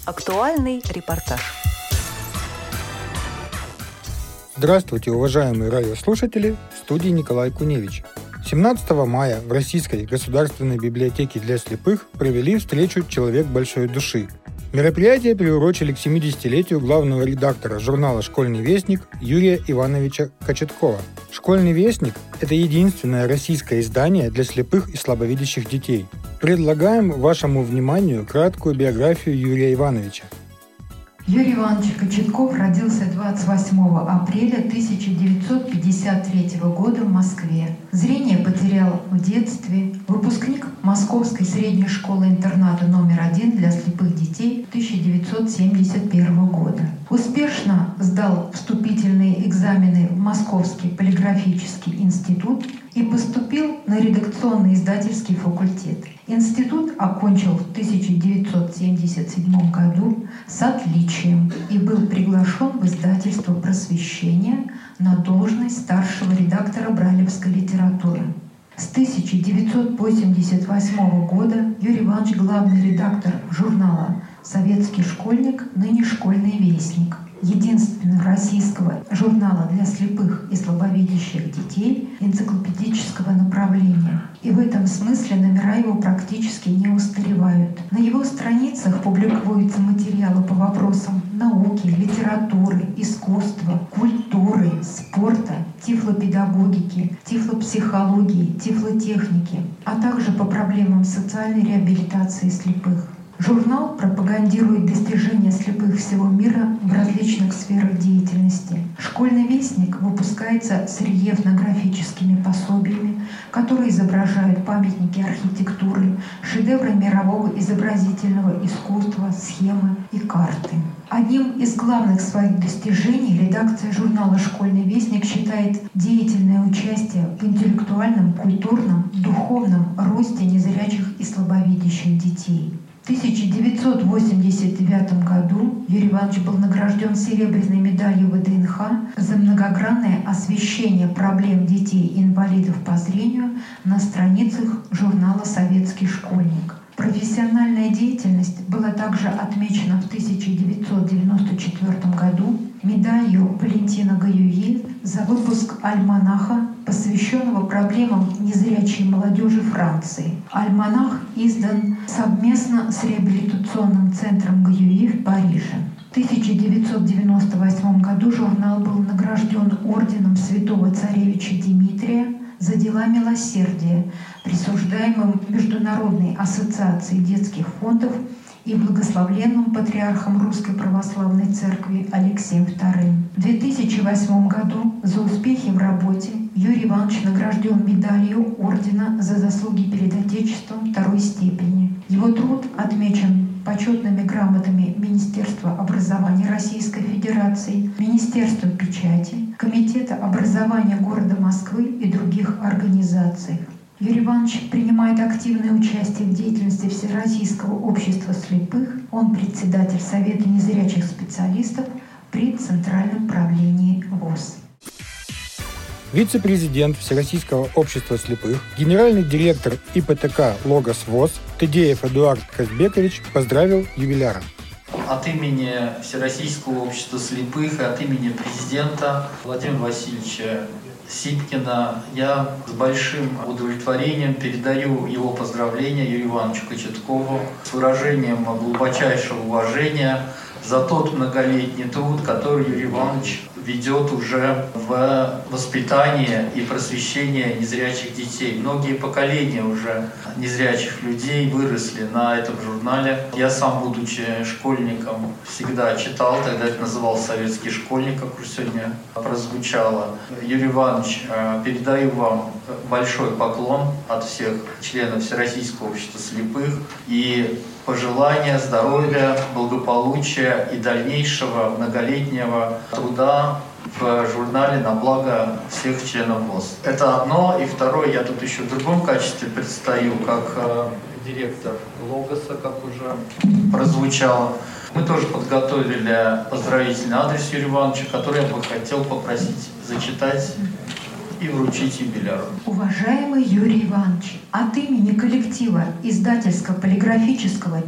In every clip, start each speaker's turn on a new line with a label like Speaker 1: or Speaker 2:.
Speaker 1: Актуальный репортаж.
Speaker 2: Здравствуйте, уважаемые радиослушатели, в студии Николай Куневич. 17 мая в Российской государственной библиотеке для слепых провели встречу «Человек большой души». Мероприятие приурочили к 70-летию главного редактора журнала «Школьный вестник» Юрия Ивановича Кочеткова. «Школьный вестник» – это единственное российское издание для слепых и слабовидящих детей. Предлагаем вашему вниманию краткую биографию Юрия Ивановича.
Speaker 3: Юрий Иванович Кочетков родился 28 апреля 1953 года в Москве. Зрение потерял в детстве. Выпускник Московской средней школы-интерната номер 1 для слепых детей 1971 года. Успешно сдал вступительные экзамены в Московский полиграфический институт и поступил на редакционно-издательский факультет. Институт окончил в 1977 году с отличием и был приглашен в издательство «Просвещение» на должность старшего редактора брайлевской литературы. С 1988 года Юрий Иванович главный редактор журнала «Советский школьник», ныне «Школьный вестник», единственного российского журнала для слепых и слабовидящих детей энциклопедического направления. И в этом смысле номера его практически не устаревают. На его страницах публикуются материалы по вопросам науки, литературы, искусства, культуры, спорта, тифлопедагогики, тифлопсихологии, тифлотехники, а также по проблемам социальной реабилитации слепых. Журнал пропагандирует достижения слепых всего мира в различных сферах деятельности. «Школьный вестник» выпускается с рельефно-графическими пособиями, которые изображают памятники архитектуры, шедевры мирового изобразительного искусства, схемы и карты. Одним из главных своих достижений редакция журнала «Школьный вестник» считает деятельное участие в интеллектуальном, культурном, духовном росте незрячих и слабовидящих детей. В 1989 году Юрий Иванович был награжден серебряной медалью ВДНХ за многогранное освещение проблем детей-инвалидов по зрению на страницах журнала «Советский школьник». Профессиональная деятельность была также отмечена в 1994 году медалью Валентина Гаюи за выпуск альманаха, посвященного проблемам незрячей молодежи Франции. Альманах издан совместно с реабилитационным центром Гаюи в Париже. В 1998 году журнал был награжден орденом Святого Царевича Дмитрия за дела милосердия, присуждаемым Международной ассоциацией детских фондов и благословленным патриархом Русской Православной Церкви Алексеем II. В 2008 году за успехи в работе Юрий Иванович награжден медалью ордена за заслуги перед Отечеством второй степени. Его труд отмечен почетными грамотами Министерства образования Российской Федерации, Министерства печати, Комитета образования города Москвы и других организаций. Юрий Иванович принимает активное участие в деятельности Всероссийского общества слепых. Он председатель Совета незрячих специалистов при Центральном правлении ВОС.
Speaker 2: Вице-президент Всероссийского общества слепых, генеральный директор ИПТК «Логос ВОС» Тедеев Эдуард Казбекович поздравил юбиляра.
Speaker 4: От имени Всероссийского общества слепых и от имени президента Владимира Васильевича Сипкина я с большим удовлетворением передаю его поздравления Юрию Ивановичу Кочеткову с выражением глубочайшего уважения за тот многолетний труд, который Юрий Иванович ведет уже в воспитании и просвещении незрячих детей. Многие поколения уже незрячих людей выросли на этом журнале. Я сам, будучи школьником, всегда читал, тогда это назывался «Советский школьник», как уже сегодня прозвучало. Юрий Иванович, передаю вам большой поклон от всех членов Всероссийского общества слепых и пожелания здоровья, благополучия и дальнейшего многолетнего труда в журнале на благо всех членов ВОС. Это одно. И второе, я тут еще в другом качестве предстаю, как директор Логоса, как уже прозвучало. Мы тоже подготовили поздравительный адрес Юрия Ивановича, который я бы хотел попросить зачитать и вручить юбиляру.
Speaker 3: Уважаемый Юрий Иванович, от имени коллектива издательско-полиграфического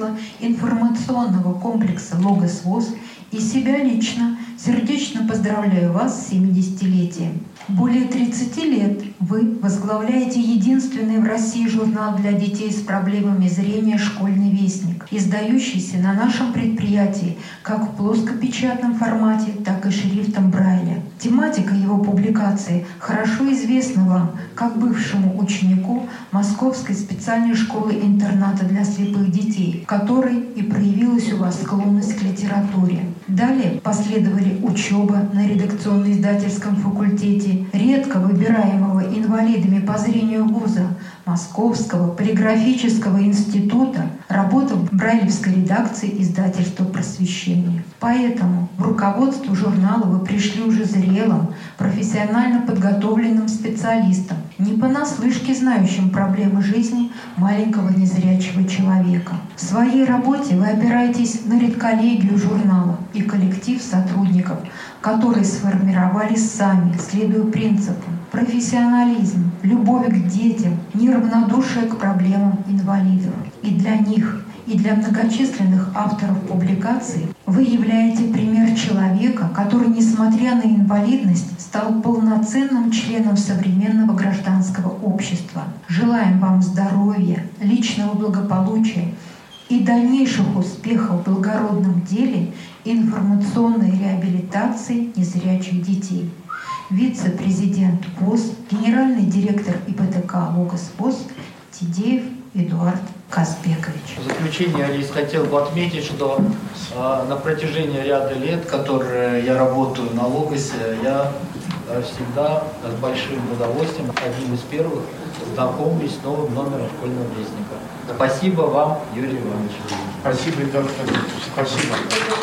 Speaker 3: тифло-информационного комплекса «Логос ВОС» и себя лично сердечно поздравляю вас с 70-летием. Более 30 лет вы возглавляете единственный в России журнал для детей с проблемами зрения «Школьный вестник», издающийся на нашем предприятии как в плоскопечатном формате, так и шрифтом Брайля. Тематика его публикации хорошо известна вам, как бывшему ученику Московской специальной школы-интерната для слепых детей, в которой и проявилась у вас склонность к литературе. Далее последовали учеба на редакционно-издательском факультете редко выбираемого инвалидами по зрению вуза Московского полиграфического института, работа в брайлевской редакции издательства «Просвещение». Поэтому в руководство журнала вы пришли уже зрелым, профессионально подготовленным специалистом, не понаслышке знающим проблемы жизни маленького незрячего человека. В своей работе вы опираетесь на редколлегию журнала и коллектив сотрудников, которые сформировались сами, следуя принципам: профессионализм, любовь к детям, неравнодушие к проблемам инвалидов. И для них, и для многочисленных авторов публикаций вы являете пример человека, который, несмотря на инвалидность, стал полноценным членом современного гражданского общества. Желаем вам здоровья, личного благополучия и дальнейших успехов в благородном деле информационной реабилитации незрячих детей. Вице-президент ВОС, генеральный директор ИПТК «Логос ВОС» Тидеев Эдуард Казбекович.
Speaker 4: В заключение я лишь хотел бы отметить, что на протяжении ряда лет, которые я работаю на Логосе, я всегда с большим удовольствием, одним из первых, знакомлюсь с новым номером «Школьного вестника». Спасибо вам, Юрий Иванович.
Speaker 1: Спасибо, Ильдар Федорович. Спасибо.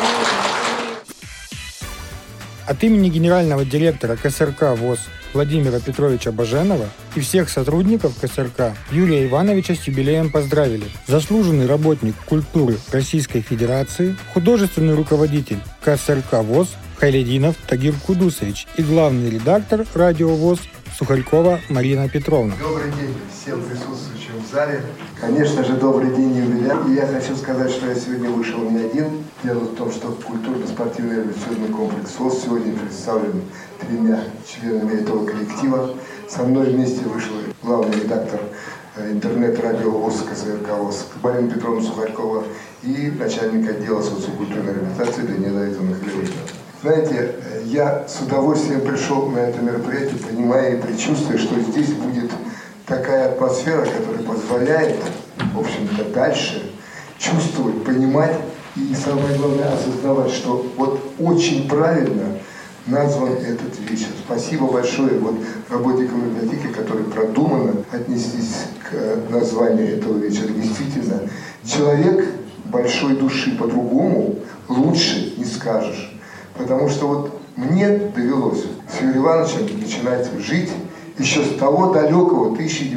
Speaker 2: От имени генерального директора КСРК ВОС Владимира Петровича Баженова и всех сотрудников КСРК Юрия Ивановича с юбилеем поздравили заслуженный работник культуры Российской Федерации, художественный руководитель КСРК ВОС Хайлединов Тагир Кудусович и главный редактор радио ВОС Сухарькова Марина Петровна.
Speaker 5: Добрый день всем присутствующим в зале. Конечно же, добрый день, юбиляр. И я хочу сказать, что я сегодня вышел не один. Дело в том, что культурно-спортивный революционный комплекс ВОС сегодня представлен 3 членами этого коллектива. Со мной вместе вышел главный редактор интернет-радио ВОС КСРК ВОС Марина Петровна Сухарькова и начальник отдела социокультурной реабилитации Данила Михайловна. Знаете, я с удовольствием пришел на это мероприятие, понимая и предчувствуя, что здесь будет такая атмосфера, которая позволяет, в общем-то, дальше чувствовать, понимать и, самое главное, осознавать, что вот очень правильно назван этот вечер. Спасибо большое работникам библиотеки, которые продуманно отнеслись к названию этого вечера. Действительно, человек большой души, по-другому лучше не скажешь. Потому что мне довелось с Юрием Ивановичем начинать жить еще с того далекого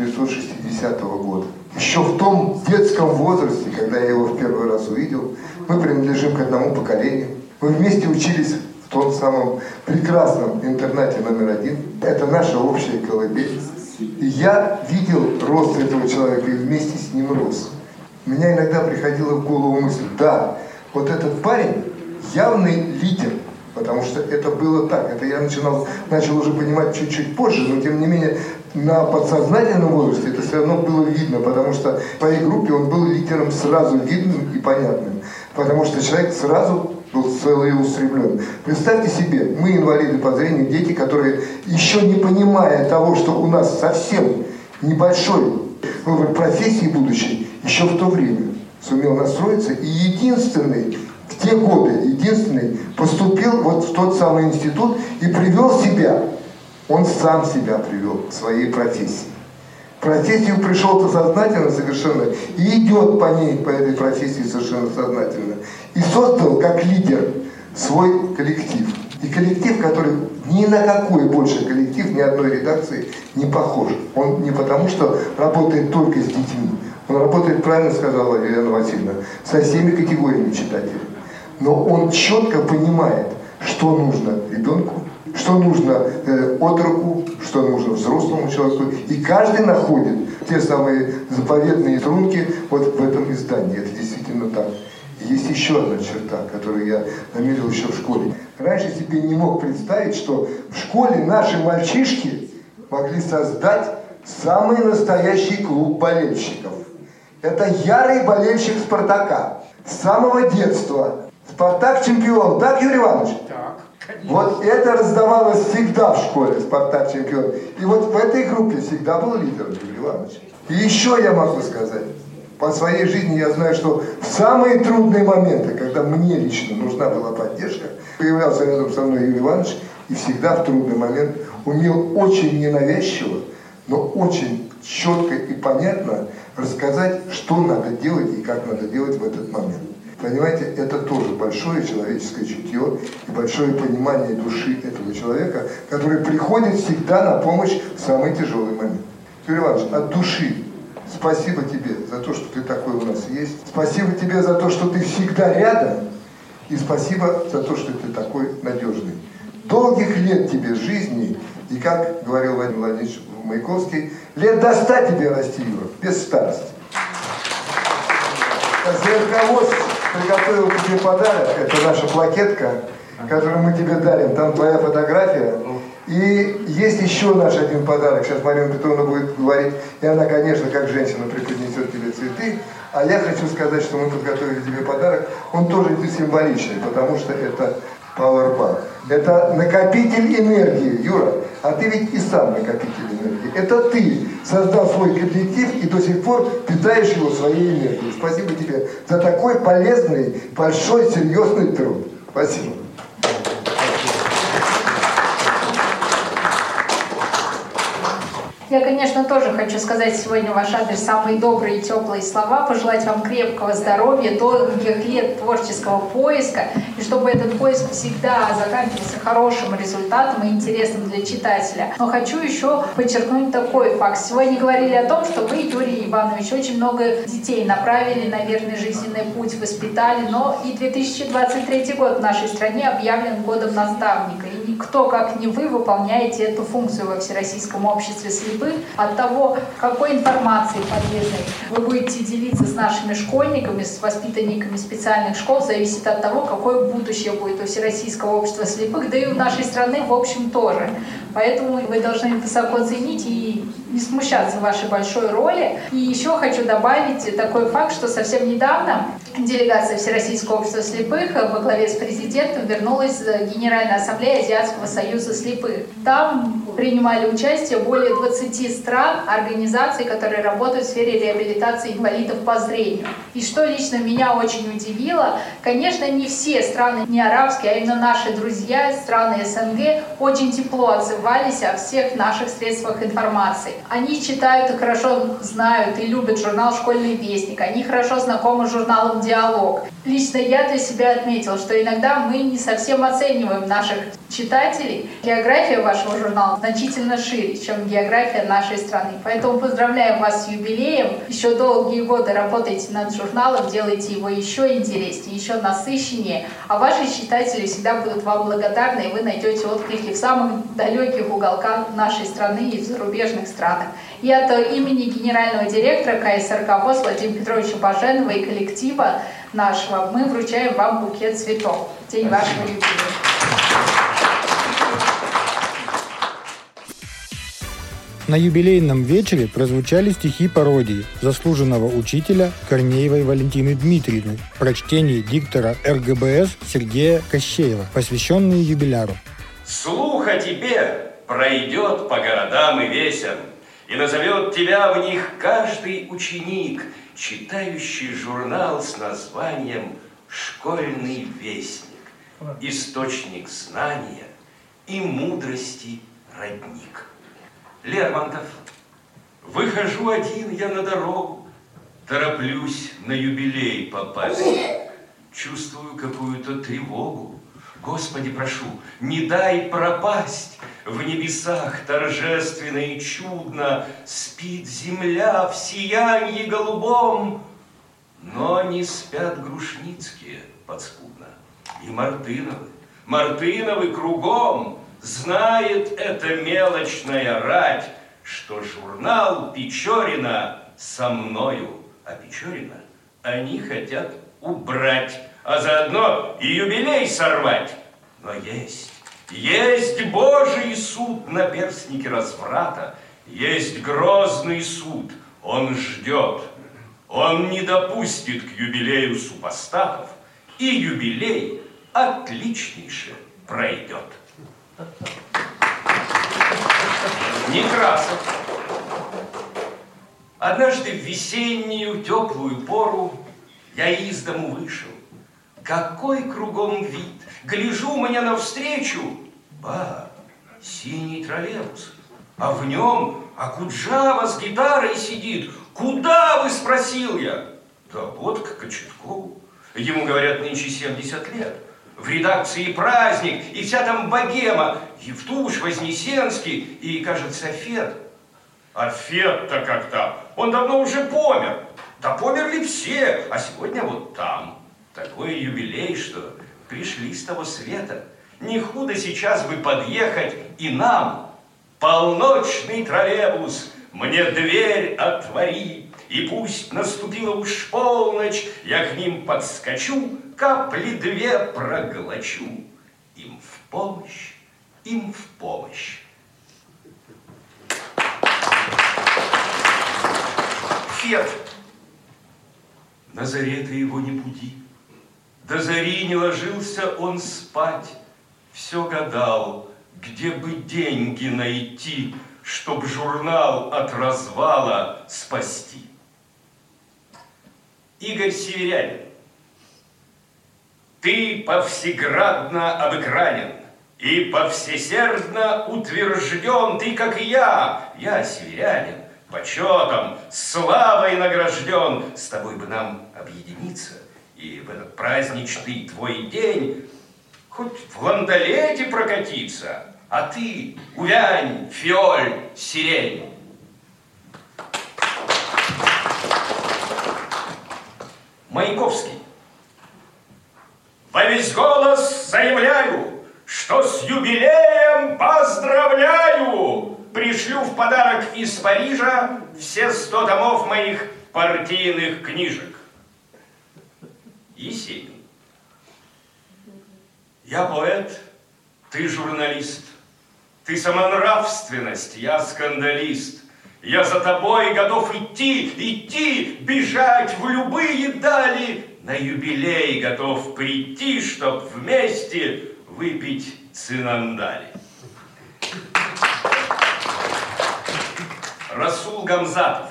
Speaker 5: 1960 года. Еще в том детском возрасте, когда я его в первый раз увидел, мы принадлежим к одному поколению. Мы вместе учились в том самом прекрасном интернате номер 1. Это наша общая колыбель. И я видел рост этого человека и вместе с ним рос. У меня иногда приходила в голову мысль: да, вот этот парень явный лидер. Потому что это было так. Это я начал уже понимать чуть-чуть позже, но тем не менее на подсознательном возрасте это все равно было видно, потому что в своей группе он был лидером сразу видным и понятным. Потому что человек сразу был целеустремлен. Представьте себе, мы инвалиды по зрению, дети, которые, еще не понимая того, что у нас совсем небольшой выбор профессии будущей, еще в то время сумел настроиться и единственный в те годы поступил в тот самый институт и привел себя, он сам себя привел к своей профессии. В профессию пришел-то сознательно совершенно и идет по этой профессии совершенно сознательно. И создал как лидер свой коллектив. И коллектив, который ни на какой больше коллектив, ни одной редакции не похож. Он не потому, что работает только с детьми. Он работает, правильно сказала Елена Васильевна, со всеми категориями читателей. Но он четко понимает, что нужно ребенку, Что нужно отроку, что нужно взрослому человеку. И каждый находит те самые заповедные струнки вот в этом издании. Это действительно так. И есть еще одна черта, которую я наметил еще в школе. Раньше себе не мог представить, что в школе наши мальчишки могли создать самый настоящий клуб болельщиков. Это ярый болельщик «Спартака». С самого детства. «Спартак» чемпион. Так, Юрий Иванович?
Speaker 1: Так, конечно.
Speaker 5: Вот это раздавалось всегда в школе, «Спартак» чемпион. И вот в этой группе всегда был лидер Юрий Иванович. И еще я могу сказать. По своей жизни я знаю, что в самые трудные моменты, когда мне лично нужна была поддержка, появлялся рядом со мной Юрий Иванович и всегда в трудный момент умел очень ненавязчиво, но очень четко и понятно рассказать, что надо делать и как надо делать в этот момент. Понимаете, это тоже большое человеческое чутье и большое понимание души этого человека, который приходит всегда на помощь в самый тяжелый момент. Юрий Иванович, от души спасибо тебе за то, что ты такой у нас есть. Спасибо тебе за то, что ты всегда рядом. И спасибо за то, что ты такой надежный. Долгих лет тебе жизни. И как говорил Владимир Владимирович Маяковский, лет до 100 тебе расти, Юра, без старости. ЗРК-ВОЗ приготовил тебе подарок. Это наша плакетка, которую мы тебе дарим. Там твоя фотография. И есть еще наш один подарок. Сейчас Марина Петровна будет говорить. И она, конечно, как женщина преподнесет тебе цветы. А я хочу сказать, что мы подготовили тебе подарок. Он тоже символичный, потому что это Powerbank. Это накопитель энергии, Юра. А ты ведь и сам накопитель энергии. Это ты создал свой коллектив и до сих пор питаешь его своей энергией. Спасибо тебе за такой полезный, большой, серьезный труд. Спасибо.
Speaker 6: Я, конечно, тоже хочу сказать сегодня в ваш адрес самые добрые и теплые слова, пожелать вам крепкого здоровья, долгих лет творческого поиска, и чтобы этот поиск всегда заканчивался хорошим результатом и интересным для читателя. Но хочу еще подчеркнуть такой факт. Сегодня говорили о том, что вы, Юрий Иванович, очень много детей направили на верный жизненный путь, воспитали, но и 2023 год в нашей стране объявлен годом наставника. И никто, как не вы, выполняете эту функцию во Всероссийском обществе слепых. От того, какой информацией полезной вы будете делиться с нашими школьниками, с воспитанниками специальных школ, зависит от того, какое будущее будет у Всероссийского общества слепых, да и у нашей страны, в общем, тоже. Поэтому вы должны высоко ценить и не смущаться вашей большой роли. И еще хочу добавить такой факт, что совсем недавно делегация Всероссийского общества слепых во главе с президентом вернулась в Генеральную ассамблею Азиатского союза слепых. Там принимали участие более 20 стран, организаций, которые работают в сфере реабилитации инвалидов по зрению. И что лично меня очень удивило, конечно, не все страны, не арабские, а именно наши друзья, страны СНГ, очень тепло отзывались о всех наших средствах информации. Они читают и хорошо знают и любят журнал «Школьный вестник», они хорошо знакомы с журналом «Диалог». Лично я для себя отметила, что иногда мы не совсем оцениваем наших читателей. География вашего журнала значительно шире, чем география нашей страны. Поэтому поздравляем вас с юбилеем. Еще долгие годы работаете над журналом, делаете его еще интереснее, еще насыщеннее. А ваши читатели всегда будут вам благодарны, и вы найдете отклики в самых далеких уголках нашей страны и в зарубежных странах. И от имени генерального директора КСРК ВОС Владимира Петровича Баженова и коллектива нашего мы вручаем вам букет цветов в день вашего юбилея.
Speaker 2: На юбилейном вечере прозвучали стихи пародии заслуженного учителя Корнеевой Валентины Дмитриевны в прочтении диктора РГБС Сергея Кощеева, посвященные юбиляру.
Speaker 7: Слух о тебе пройдет по городам и весям, и назовет тебя в них каждый ученик, читающий журнал с названием «Школьный вестник», источник знания и мудрости родник. Лермонтов. Выхожу один я на дорогу, тороплюсь на юбилей попасть. Чувствую какую-то тревогу. Господи, прошу, не дай пропасть. В небесах торжественно и чудно спит земля в сиянье голубом. Но не спят Грушницкие подспудно и Мартыновы кругом. Знает эта мелочная рать, что журнал Печорина со мною, а Печорина они хотят убрать, а заодно и юбилей сорвать. Но есть Божий суд на перстнике разврата, есть грозный суд, он ждет. Он не допустит к юбилею супостатов, и юбилей отличнейше пройдет. Некрасов. Однажды в весеннюю теплую пору я из дому вышел. Какой кругом вид! Гляжу мне навстречу, синий троллейбус, а в нем Акуджава с гитарой сидит. «Куда вы?» – спросил я. «Да вот к Кочеткову». Ему, говорят, нынче 70 лет. В редакции праздник, и вся там богема. Евтуш, Вознесенский и, кажется, Фет. А Фет-то как-то, он давно уже помер. Да померли все, а сегодня вот там. Такой юбилей, что пришли с того света. Не худо сейчас бы подъехать и нам. Полночный троллейбус, мне дверь отвори, и пусть наступила уж полночь, я к ним подскочу, капли две проглочу. Им в помощь, им в помощь. Фет. На заре ты его не буди. До зари не ложился он спать. Все гадал, где бы деньги найти, чтоб журнал от развала спасти. Игорь Северянин. Ты повсеградно обыкранен и повсесердно утвержден. Ты, как и я северянин, почетом, славой награжден. С тобой бы нам объединиться и в этот праздничный твой день хоть в ландолете прокатиться, а ты увянь, фиоль, сирень. Маяковский. Во весь голос заявляю, что с юбилеем поздравляю. Пришлю в подарок из Парижа все 100 томов моих партийных книжек. Есенин. Я поэт, ты журналист. Ты самонравственность, я скандалист. Я за тобой готов идти, бежать в любые дали. На юбилей готов прийти, чтоб вместе выпить цинандали. Расул Гамзатов.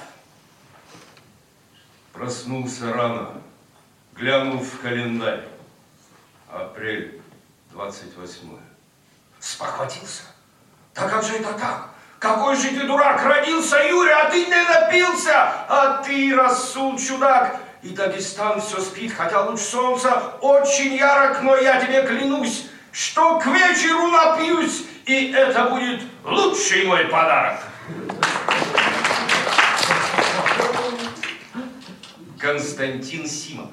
Speaker 7: Проснулся рано, глянул в календарь. Апрель 28-е. Спохватился. Да как же это так? Какой же ты дурак! Родился Юрий, а ты не напился! А ты, Расул, чудак! И Дагестан все спит, хотя луч солнца очень ярок, но я тебе клянусь, что к вечеру напьюсь, и это будет лучший мой подарок. Константин Симонов.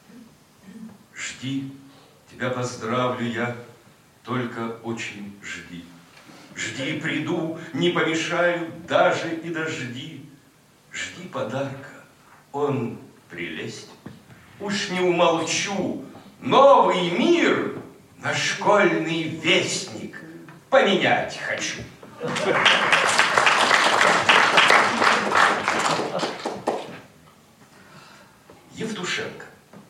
Speaker 7: Жди, тебя поздравлю я, только очень жди. Жди, приду, не помешаю, даже и дожди. Жди подарка, он прелестен. Уж не умолчу, новый мир на школьный вестник поменять хочу. Евтушенко.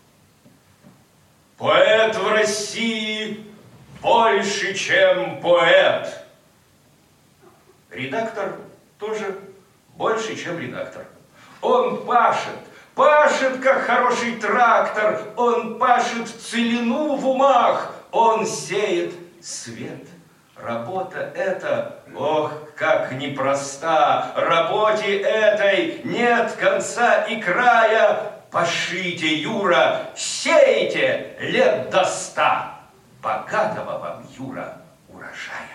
Speaker 7: Поэт в России больше, чем поэт. Редактор тоже больше, чем редактор. Он пашет, как хороший трактор. Он пашет целину в умах. Он сеет свет. Работа эта, ох, как непроста. Работе этой нет конца и края. Пашите, Юра, сейте лет до 100. Богатого вам, Юра, урожая.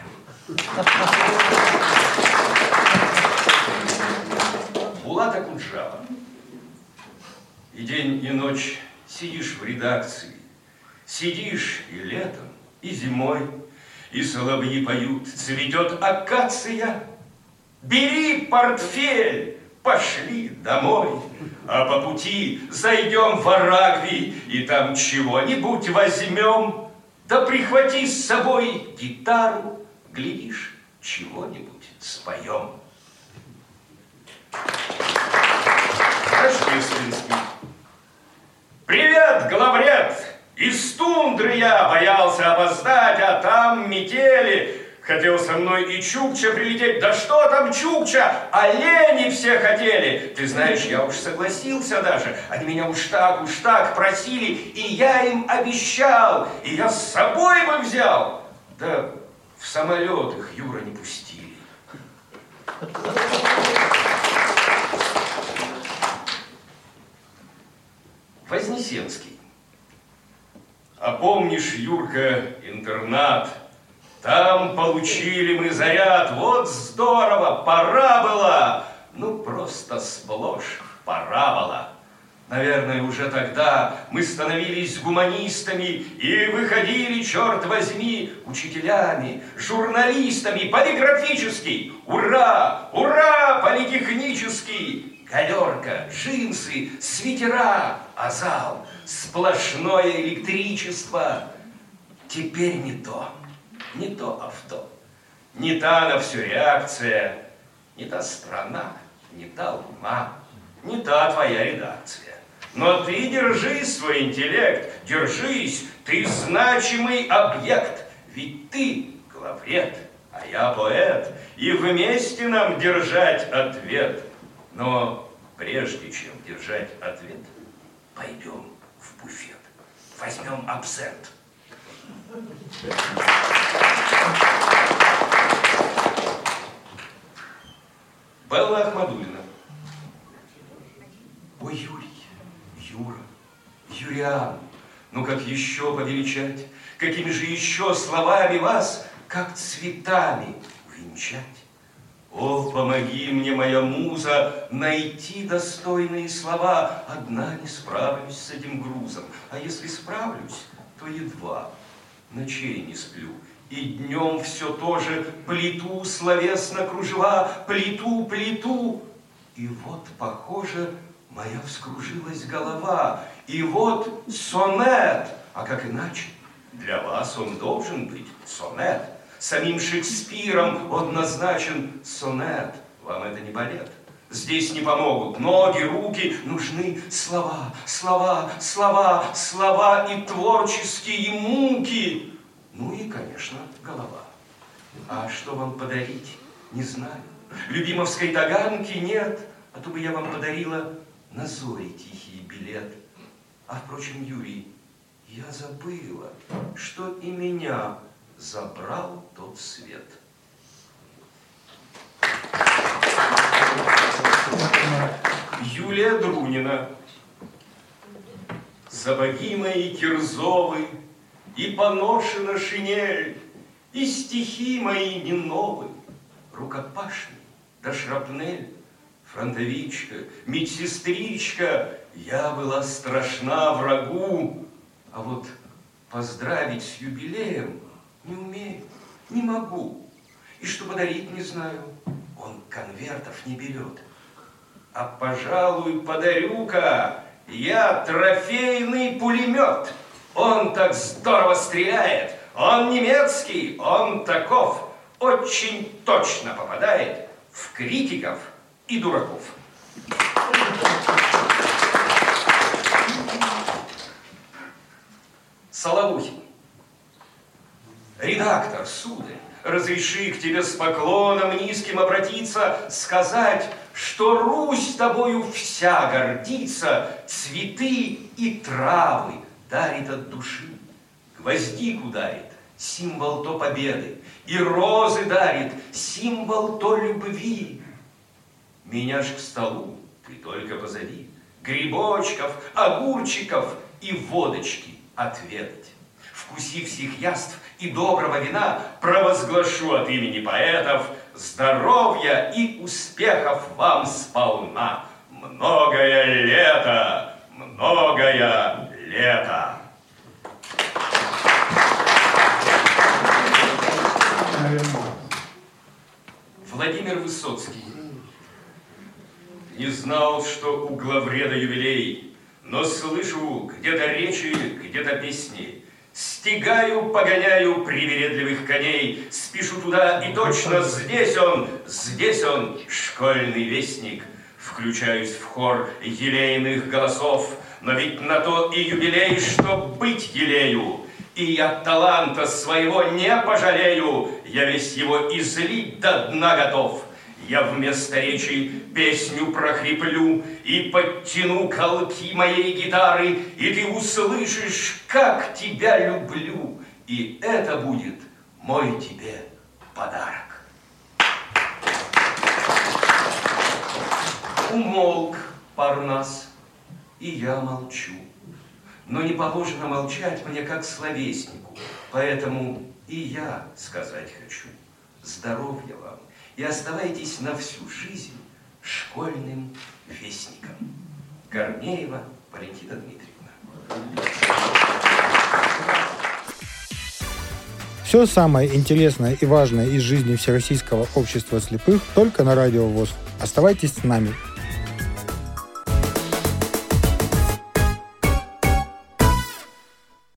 Speaker 7: Булат Акуджава. И день, и ночь сидишь в редакции. Сидишь и летом, и зимой. и соловьи поют, цветет акация. Бери портфель, пошли домой, а по пути зайдем в Арагви, и там чего-нибудь возьмем. Да прихвати с собой гитару, глядишь, чего-нибудь споем. Рождественский. Привет, главред! Из тундры я боялся опоздать, а там метели. Хотел со мной и Чукча прилететь. Да что там Чукча? Олени все хотели. Ты знаешь, я уж согласился даже. Они меня уж так просили. И я им обещал. И я с собой бы взял. Да в самолет их, Юра, не пустили. Вознесенский. А помнишь, Юрка, интернат? Там получили мы заряд, вот здорово, пора было. Ну, просто сплошь пора было. Наверное, уже тогда мы становились гуманистами и выходили, черт возьми, учителями, журналистами, полиграфический. Ура, ура, политехнический. Галерка, джинсы, свитера, а зал, сплошное электричество. Теперь не то. Не то авто, не та на все реакция, не та страна, не та луна, не та твоя редакция. Но ты держи свой интеллект, держись, ты значимый объект, ведь ты главред, а я поэт, и вместе нам держать ответ. Но прежде чем держать ответ, пойдем в буфет, возьмем абсент. Белла Ахмадуллина. Ой, Юрий, Юра, Юриан, ну как еще повеличать, какими же еще словами вас, как цветами увенчать? О, помоги мне, моя муза, найти достойные слова. Одна не справлюсь с этим грузом, а если справлюсь, то едва. Ночей не сплю, и днем все то же плету словесно кружева, плету. И вот, похоже, моя вскружилась голова, и вот сонет, а как иначе? Для вас он должен быть сонет. Самим Шекспиром он назначен сонет. Вам это не балет. Здесь не помогут ноги, руки, нужны слова, слова, слова, слова и творческие муки. Ну и, конечно, голова. А что вам подарить, не знаю. Любимовской таганки нет, а то бы я вам подарила на зори тихий билет. А, впрочем, Юрий, я забыла, что и меня забрал тот свет. Юлия Друнина. Сапоги мои кирзовы, и поношена шинель, и стихи мои не новы, рукопашный да шрапнель. Фронтовичка, медсестричка, я была страшна врагу, а вот поздравить с юбилеем не умею, не могу. И что подарить не знаю, он конвертов не берет. А, пожалуй, подарю-ка я трофейный пулемет. Он так здорово стреляет, он немецкий, он таков, очень точно попадает в критиков и дураков. Соловухин. Редактор, сударь, разреши к тебе с поклоном низким обратиться, сказать, что Русь тобою вся гордится, цветы и травы дарит от души, гвоздику дарит, символ то победы, и розы дарит, символ то любви. Меня ж к столу ты только позови, грибочков, огурчиков и водочки отведать. Вкусив всех яств и доброго вина, провозглашу от имени поэтов здоровья и успехов вам сполна. Многое лето, многое лето. Высоцкий. Не знал, что у главреда юбилей, но слышу где-то речи, где-то песни. Стегаю, погоняю привередливых коней, спешу туда, и точно здесь он, школьный вестник. Включаюсь в хор елейных голосов, но ведь на то и юбилей, чтоб быть елею. И я таланта своего не пожалею, я весь его излить до дна готов. Я вместо речи песню прохриплю и подтяну колки моей гитары, и ты услышишь, как тебя люблю, и это будет мой тебе подарок. Умолк Парнас, и я молчу. Но не положено молчать мне, как словеснику, поэтому и я сказать хочу. Здоровья вам, и оставайтесь на всю жизнь школьным вестником. Корнеева Валентина Дмитриевна.
Speaker 2: Все самое интересное и важное из жизни Всероссийского общества слепых только на Радио ВОС. Оставайтесь с нами.